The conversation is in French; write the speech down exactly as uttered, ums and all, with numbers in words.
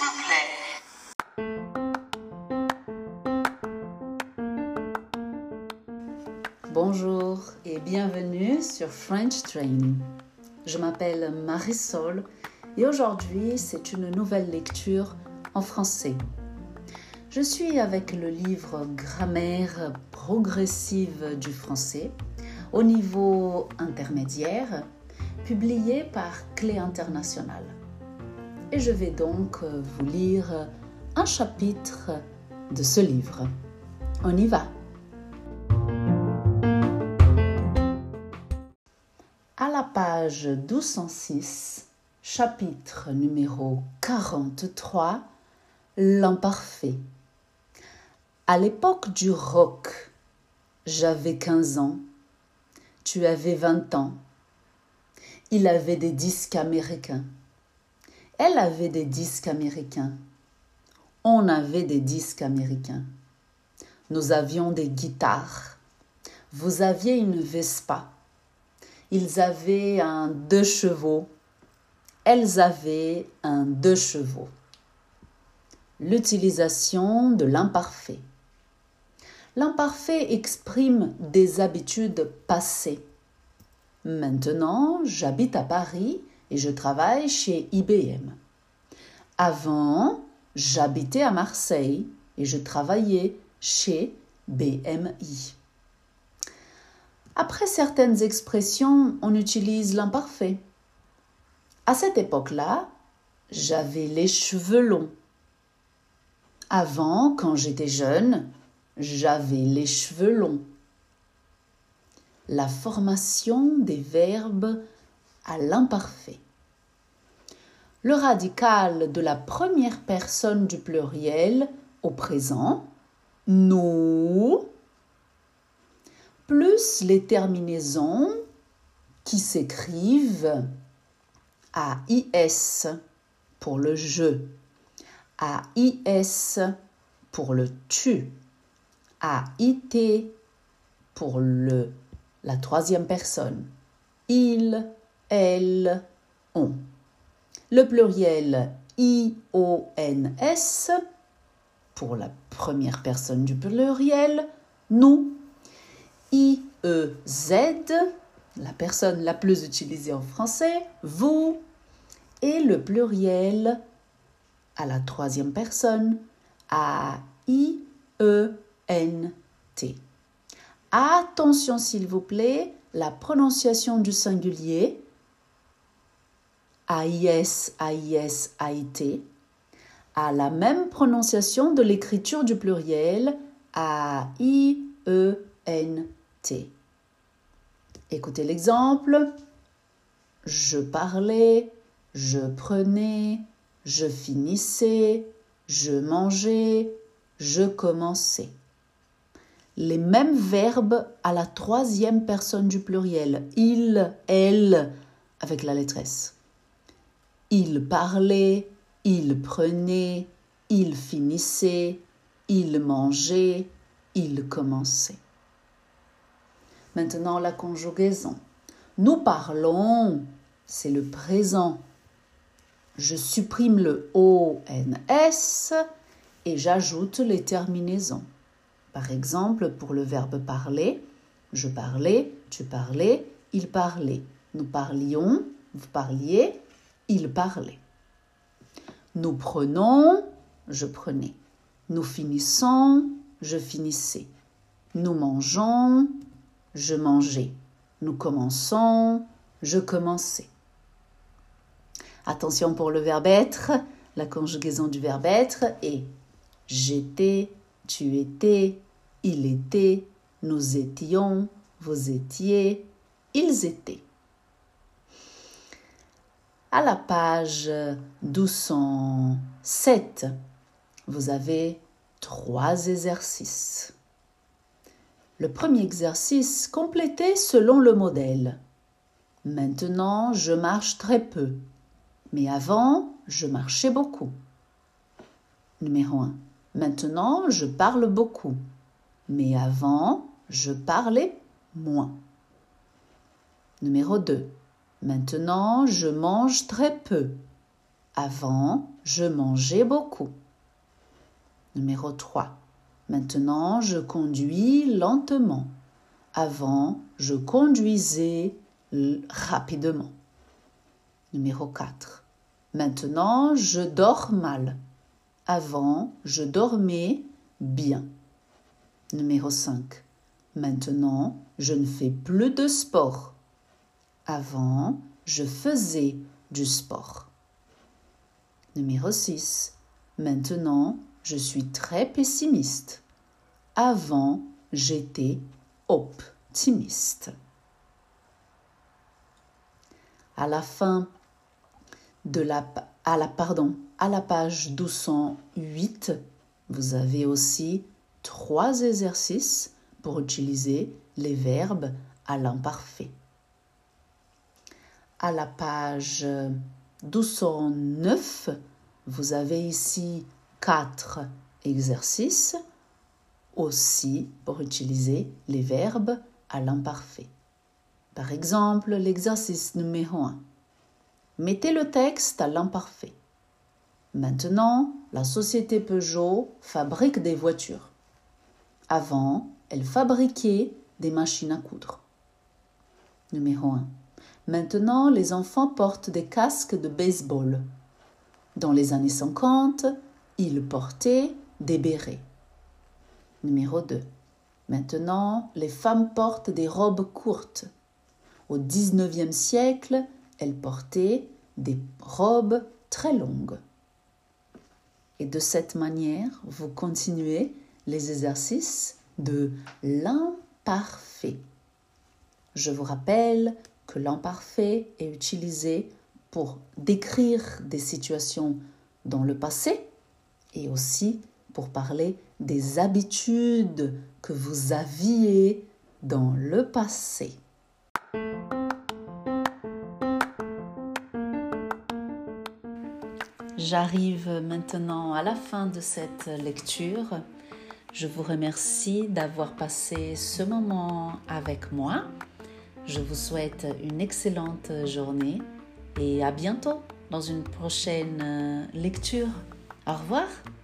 vous plaît. Bonjour et bienvenue sur French Training. Je m'appelle Marisol et aujourd'hui c'est une nouvelle lecture en français. Je suis avec le livre Grammaire progressive du français au niveau intermédiaire, publié par Clé Internationale. Et je vais donc vous lire un chapitre de ce livre. On y va! À la page douze cent six, chapitre numéro quarante-trois, l'imparfait. À l'époque du rock, j'avais quinze ans, tu avais vingt ans. Il avait des disques américains. Elle avait des disques américains. On avait des disques américains. Nous avions des guitares. Vous aviez une Vespa. Ils avaient un deux chevaux. Elles avaient un deux chevaux. L'utilisation de l'imparfait. L'imparfait exprime des habitudes passées. Maintenant, j'habite à Paris et je travaille chez I B M. Avant, j'habitais à Marseille et je travaillais chez B M I. Après certaines expressions, on utilise l'imparfait. À cette époque-là, j'avais les cheveux longs. Avant, quand j'étais jeune, j'avais les cheveux longs. La formation des verbes à l'imparfait. Le radical de la première personne du pluriel au présent, nous, plus les terminaisons qui s'écrivent A I S pour le je, A I S pour le tu, A I T pour le, la troisième personne, il, elle, on. Le pluriel I O N S pour la première personne du pluriel, nous. I E Z, la personne la plus utilisée en français, vous, et le pluriel à la troisième personne, A I E N T. Attention s'il vous plaît, la prononciation du singulier, A I S, A I S, A I T, a la même prononciation de l'écriture du pluriel, A I E N T. Écoutez l'exemple. Je parlais, je prenais, je finissais, je mangeais, je commençais. Les mêmes verbes à la troisième personne du pluriel. Il, elle, avec la lettre S. Il parlait, il prenait, il finissait, il mangeait, il commençait. Maintenant, la conjugaison. Nous parlons, c'est le présent. Je supprime le O N S et j'ajoute les terminaisons. Par exemple, pour le verbe parler, je parlais, tu parlais, il parlait. Nous parlions, vous parliez, il parlait. Nous prenons, je prenais. Nous finissons, je finissais. Nous mangeons, je mangeais. Nous commençons, je commençais. Attention pour le verbe être, la conjugaison du verbe être est j'étais, tu étais, il était, nous étions, vous étiez, ils étaient. À la page douze cent sept, vous avez trois exercices. Le premier exercice, complété selon le modèle. Maintenant, je marche très peu, mais avant, je marchais beaucoup. Numéro un. Maintenant, je parle beaucoup, mais avant, je parlais moins. Numéro deux. Maintenant, je mange très peu, Avant, je mangeais beaucoup. Numéro trois. Maintenant, je conduis lentement. Avant, je conduisais rapidement. Numéro quatre. Maintenant, je dors mal. Avant, je dormais bien. Numéro cinq. Maintenant, je ne fais plus de sport. Avant, je faisais du sport. Numéro six. Maintenant, je suis très pessimiste. Avant, j'étais optimiste. À la fin de la, à la, pardon, à la page douze cent huit, vous avez aussi trois exercices pour utiliser les verbes à l'imparfait. À la page douze cent neuf, vous avez ici quatre exercices aussi pour utiliser les verbes à l'imparfait. Par exemple, l'exercice numéro un. Mettez le texte à l'imparfait. Maintenant, la société Peugeot fabrique des voitures. Avant, elle fabriquait des machines à coudre. Numéro un. Maintenant, les enfants portent des casques de baseball. Dans les années cinquante, ils portaient des bérets. Numéro deux. Maintenant, les femmes portent des robes courtes. Au dix-neuvième siècle, elles portaient des robes très longues. Et de cette manière, vous continuez les exercices de l'imparfait. Je vous rappelle que l'imparfait est utilisé pour décrire des situations dans le passé et aussi pour parler des habitudes que vous aviez dans le passé. J'arrive maintenant à la fin de cette lecture. Je vous remercie d'avoir passé ce moment avec moi. Je vous souhaite une excellente journée et à bientôt dans une prochaine lecture. Au revoir.